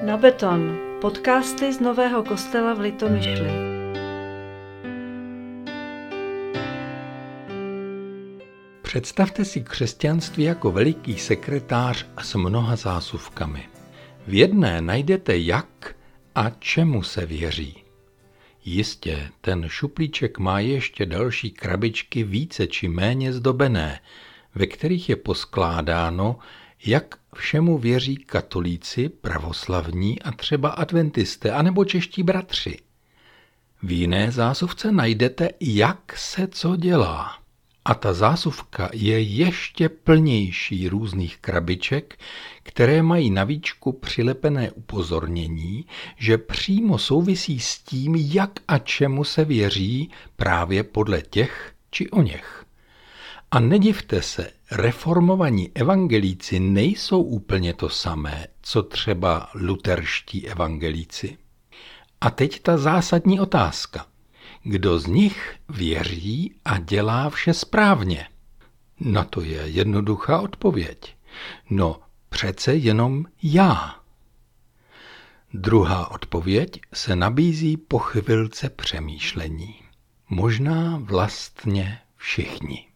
Na beton. Podcasty z Nového Kostela v Litomyšli. Představte si křesťanství jako veliký sekretář s mnoha zásuvkami. V jedné najdete jak a čemu se věří. Jistě, ten šuplíček má ještě další krabičky více či méně zdobené, ve kterých je poskládáno, jak všemu věří katolíci, pravoslavní a třeba adventisté, anebo čeští bratři. V jiné zásuvce najdete, jak se co dělá. A ta zásuvka je ještě plnější různých krabiček, které mají na víčku přilepené upozornění, že přímo souvisí s tím, jak a čemu se věří právě podle těch či oněch. A nedivte se, reformovaní evangelíci nejsou úplně to samé, co třeba luterští evangelíci. A teď ta zásadní otázka. Kdo z nich věří a dělá vše správně? Na to je jednoduchá odpověď. No, přece jenom já. Druhá odpověď se nabízí po chvilce přemýšlení. Možná vlastně všichni.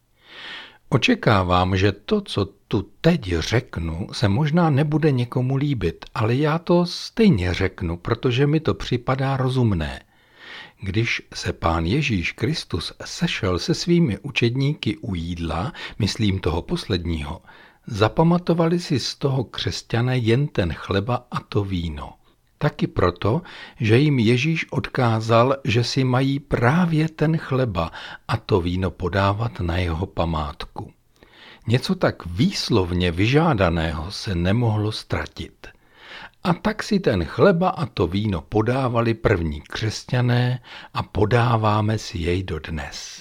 Očekávám, že to, co tu teď řeknu, se možná nebude někomu líbit, ale já to stejně řeknu, protože mi to připadá rozumné. Když se Pán Ježíš Kristus sešel se svými učedníky u jídla, myslím toho posledního, zapamatovali si z toho křesťané jen ten chleba a to víno. Taky proto, že jim Ježíš odkázal, že si mají právě ten chleba a to víno podávat na jeho památku. Něco tak výslovně vyžádaného se nemohlo ztratit. A tak si ten chleba a to víno podávali první křesťané a podáváme si jej dodnes.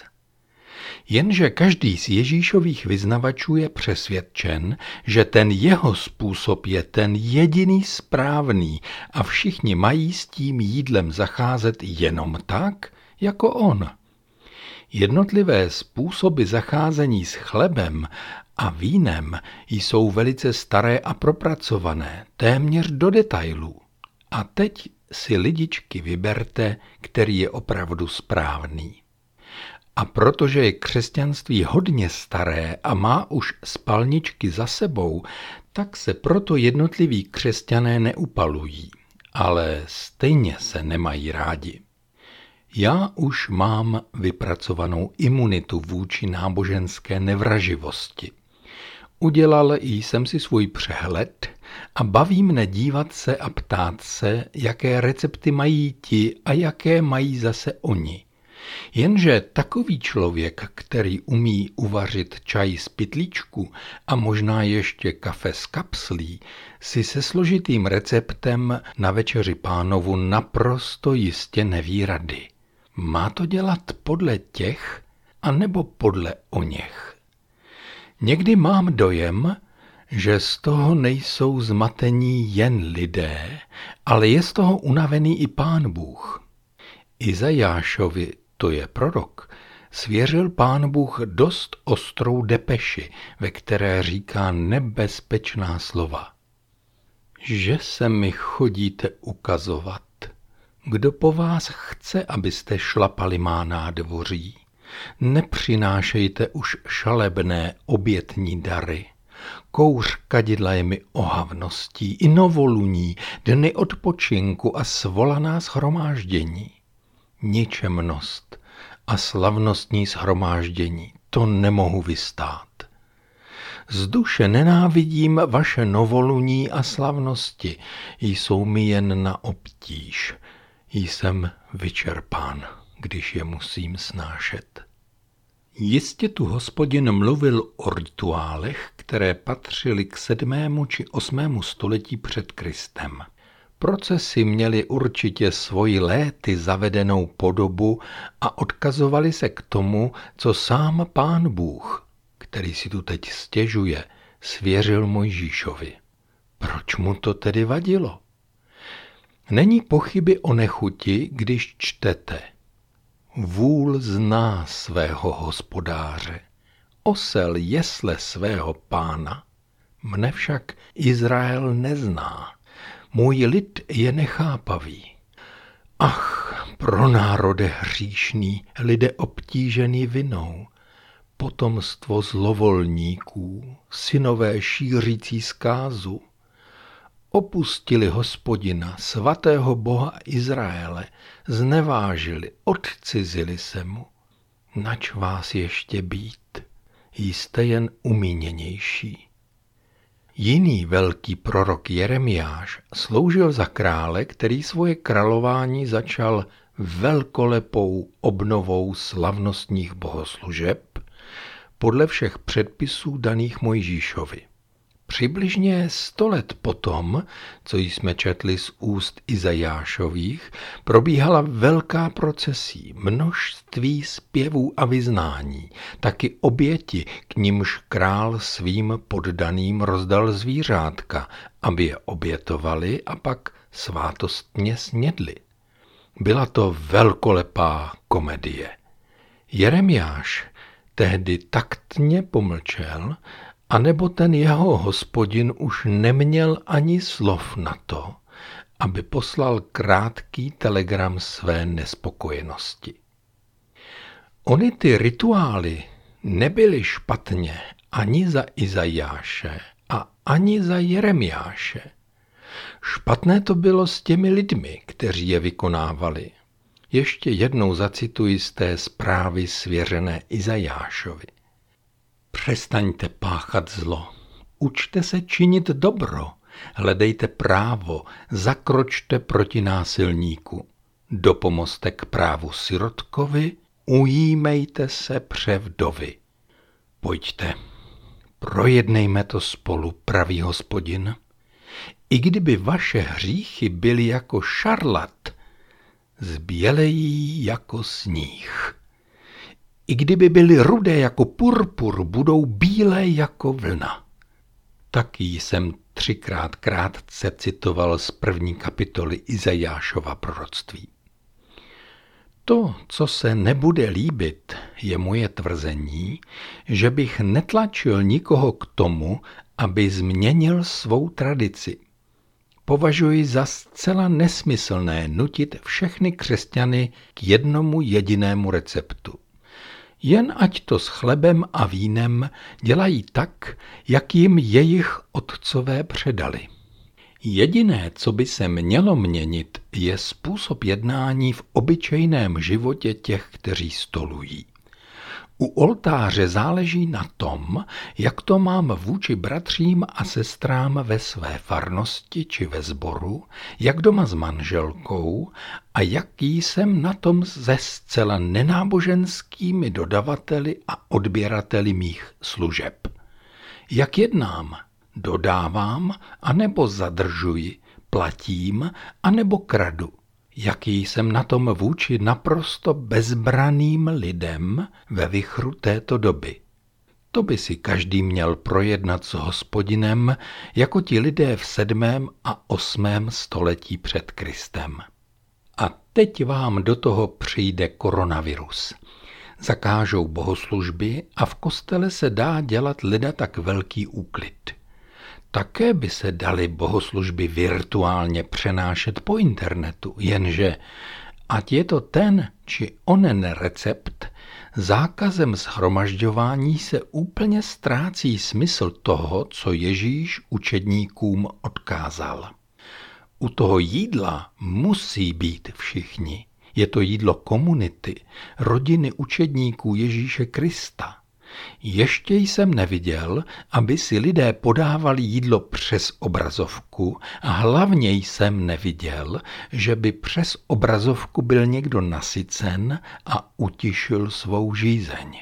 Jenže každý z Ježíšových vyznavačů je přesvědčen, že ten jeho způsob je ten jediný správný a všichni mají s tím jídlem zacházet jenom tak, jako on. Jednotlivé způsoby zacházení s chlebem a vínem jsou velice staré a propracované, téměř do detailů. A teď si lidičky vyberte, který je opravdu správný. A protože je křesťanství hodně staré a má už spalničky za sebou, tak se proto jednotliví křesťané neupalují, ale stejně se nemají rádi. Já už mám vypracovanou imunitu vůči náboženské nevraživosti. Udělal jsem si svůj přehled a baví mne dívat se a ptát se, jaké recepty mají ti a jaké mají zase oni. Jenže takový člověk, který umí uvařit čaj z pytlíčku a možná ještě kafe z kapslí, si se složitým receptem na večeři Pánovu naprosto jistě neví rady. Má to dělat podle těch, anebo podle oněch? Někdy mám dojem, že z toho nejsou zmatení jen lidé, ale je z toho unavený i Pán Bůh. Izajášovi, to je prorok, svěřil Pán Bůh dost ostrou depeši, ve které říká nebezpečná slova. Že se mi chodíte ukazovat, kdo po vás chce, abyste šlapali má nádvoří. Nepřinášejte už šalebné obětní dary. Kouř kadidla je mi ohavností, i novoluní, dny odpočinku a svolaná shromáždění. Ničemnost a slavnostní shromáždění, to nemohu vystát. Z duše nenávidím vaše novoluní a slavnosti, jsou mi jen na obtíž. Jsem vyčerpán, když je musím snášet. Jistě tu Hospodin mluvil o rituálech, které patřily k 7. či 8. století před Kristem. Procesy měly určitě svoji léty zavedenou podobu a odkazovali se k tomu, co sám Pán Bůh, který si tu teď stěžuje, svěřil Mojžíšovi. Proč mu to tedy vadilo? Není pochyby o nechuti, když čtete. Vůl zná svého hospodáře, osel jesle svého pána, mne však Izrael nezná. Můj lid je nechápavý. Ach, pro národe hříšný, lidé obtížený vinou, potomstvo zlovolníků, synové šířící zkázu, opustili Hospodina, svatého Boha Izraele, znevážili, odcizili se mu. Nač vás ještě být, jste jen umíněnější. Jiný velký prorok Jeremiáš sloužil za krále, který svoje králování začal velkolepou obnovou slavnostních bohoslužeb podle všech předpisů daných Mojžíšovi. Přibližně 100 let potom, co jsme četli z úst Izajášových, probíhala velká procesí, množství zpěvů a vyznání, taky oběti, k nimž král svým poddaným rozdal zvířátka, aby je obětovali a pak svátostně snědli. Byla to velkolepá komedie. Jeremiáš tehdy taktně pomlčel, anebo ten jeho Hospodin už neměl ani slov na to, aby poslal krátký telegram své nespokojenosti. Ony ty rituály nebyly špatně ani za Izajáše a ani za Jeremiáše. Špatné to bylo s těmi lidmi, kteří je vykonávali. Ještě jednou zacituji z té zprávy svěřené Izajášovi. Přestaňte páchat zlo, učte se činit dobro, hledejte právo, zakročte proti násilníku, dopomozte k právu sirotkovi, ujímejte se převdovy. Pojďte, projednejme to spolu, pravý Hospodin. I kdyby vaše hříchy byly jako šarlat, zbělejí jako sníh. I kdyby byly rudé jako purpur, budou bílé jako vlna. Taky jsem 3krát krátce citoval z 1. kapitoly Izajášova proroctví. To, co se nebude líbit, je moje tvrzení, že bych netlačil nikoho k tomu, aby změnil svou tradici. Považuji za zcela nesmyslné nutit všechny křesťany k jednomu jedinému receptu. Jen ať to s chlebem a vínem dělají tak, jak jim jejich otcové předali. Jediné, co by se mělo měnit, je způsob jednání v obyčejném životě těch, kteří stolují. U oltáře záleží na tom, jak to mám vůči bratřím a sestrám ve své farnosti či ve sboru, jak doma s manželkou a jaký jsem na tom se zcela nenáboženskými dodavateli a odběrateli mých služeb. Jak jednám, dodávám anebo zadržuji, platím anebo kradu. Jaký jsem na tom vůči naprosto bezbranným lidem ve vichru této doby. To by si každý měl projednat s Hospodinem, jako ti lidé v 7. a 8. století před Kristem. A teď vám do toho přijde koronavirus. Zakážou bohoslužby a v kostele se dá dělat leda tak velký úklid. Také by se daly bohoslužby virtuálně přenášet po internetu, jenže ať je to ten či onen recept, zákazem shromažďování se úplně ztrácí smysl toho, co Ježíš učedníkům odkázal. U toho jídla musí být všichni. Je to jídlo komunity, rodiny učedníků Ježíše Krista. Ještě jsem neviděl, aby si lidé podávali jídlo přes obrazovku a hlavně jsem neviděl, že by přes obrazovku byl někdo nasycen a utišil svou žízeň.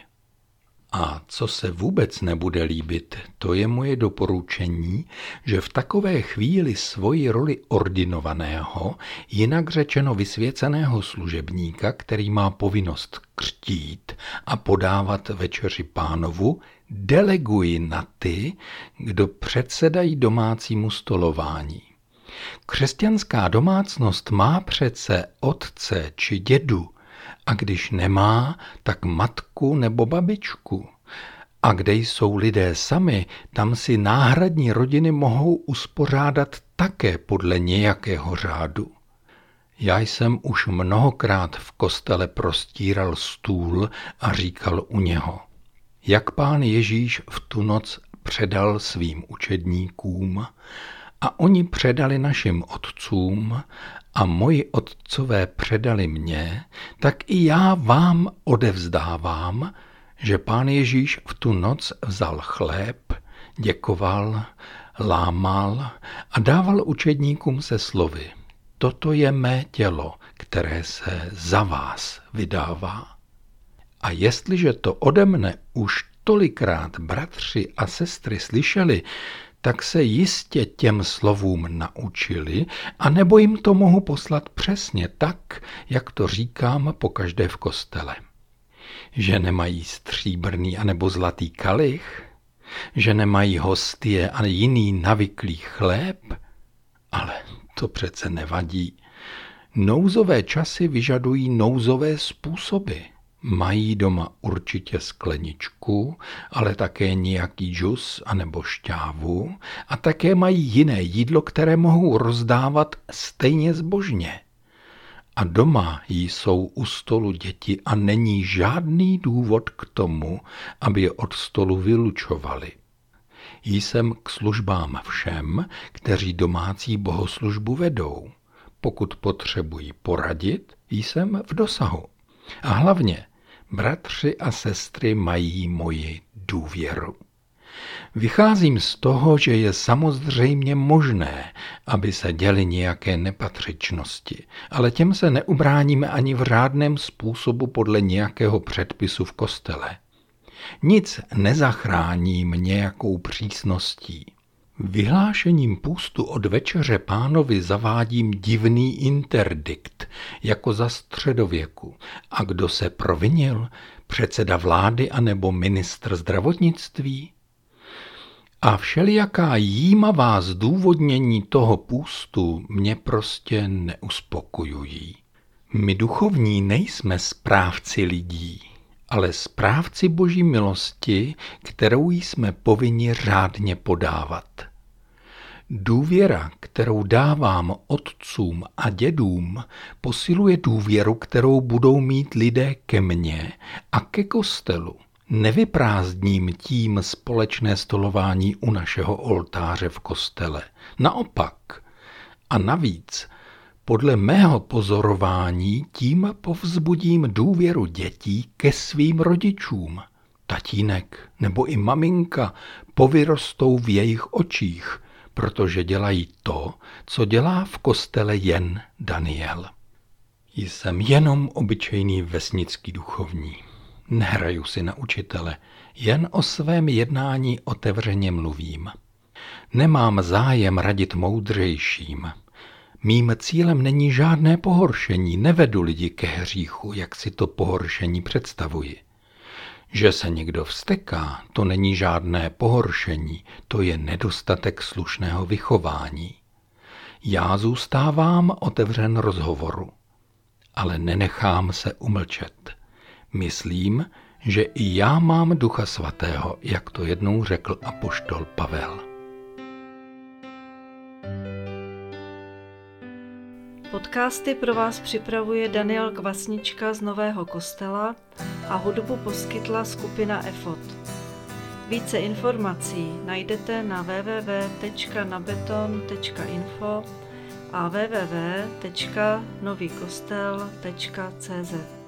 A co se vůbec nebude líbit, to je moje doporučení, že v takové chvíli svoji roli ordinovaného, jinak řečeno vysvěceného služebníka, který má povinnost křtít a podávat večeři Pánovu, deleguji na ty, kdo předsedají domácímu stolování. Křesťanská domácnost má přece otce či dědu, a když nemá, tak matku nebo babičku. A kde jsou lidé sami, tam si náhradní rodiny mohou uspořádat také podle nějakého řádu. Já jsem už mnohokrát v kostele prostíral stůl a říkal u něho: jak Pán Ježíš v tu noc předal svým učedníkům a oni předali našim otcům a moji otcové předali mně, tak i já vám odevzdávám, že Pán Ježíš v tu noc vzal chléb, děkoval, lámal a dával učedníkům se slovy: toto je mé tělo, které se za vás vydává. A jestliže to ode mne už tolikrát bratři a sestry slyšeli, tak se jistě těm slovům naučili, anebo jim to mohu poslat přesně tak, jak to říkám pokaždé v kostele. Že nemají stříbrný anebo zlatý kalich, že nemají hostie a jiný navyklý chléb, ale to přece nevadí. Nouzové časy vyžadují nouzové způsoby. Mají doma určitě skleničku, ale také nějaký džus anebo šťávu a také mají jiné jídlo, které mohou rozdávat stejně zbožně. A doma jsou u stolu děti a není žádný důvod k tomu, aby je od stolu vylučovali. Jsem k službám všem, kteří domácí bohoslužbu vedou. Pokud potřebují poradit, jsem v dosahu. A hlavně, bratři a sestry mají moji důvěru. Vycházím z toho, že je samozřejmě možné, aby se děly nějaké nepatřičnosti, ale těm se neubráníme ani v řádném způsobu podle nějakého předpisu v kostele. Nic nezachráním nějakou přísností. Vyhlášením půstu od večeře Pánovi zavádím divný interdikt, jako za středověku. A kdo se provinil? Předseda vlády anebo ministr zdravotnictví? A všelijaká jímavá zdůvodnění toho půstu mě prostě neuspokojují. My duchovní nejsme správci lidí, ale správci Boží milosti, kterou jsme povinni řádně podávat. Důvěra, kterou dávám otcům a dědům, posiluje důvěru, kterou budou mít lidé ke mně a ke kostelu. Nevyprázdním tím společné stolování u našeho oltáře v kostele. Naopak. A navíc, podle mého pozorování tím povzbudím důvěru dětí ke svým rodičům. Tatínek nebo i maminka povyrostou v jejich očích, protože dělají to, co dělá v kostele jen Daniel. Jsem jenom obyčejný vesnický duchovní. Nehraju si na učitele, jen o svém jednání otevřeně mluvím. Nemám zájem radit moudřejším. Mým cílem není žádné pohoršení, nevedu lidi ke hříchu, jak si to pohoršení představuji. Že se někdo vzteká, to není žádné pohoršení, to je nedostatek slušného vychování. Já zůstávám otevřen rozhovoru, ale nenechám se umlčet. Myslím, že i já mám Ducha Svatého, jak to jednou řekl apoštol Pavel. Podcasty pro vás připravuje Daniel Kvasnička z Nového Kostela a hudbu poskytla skupina EFOT. Více informací najdete na www.nabeton.info a www.novykostel.cz.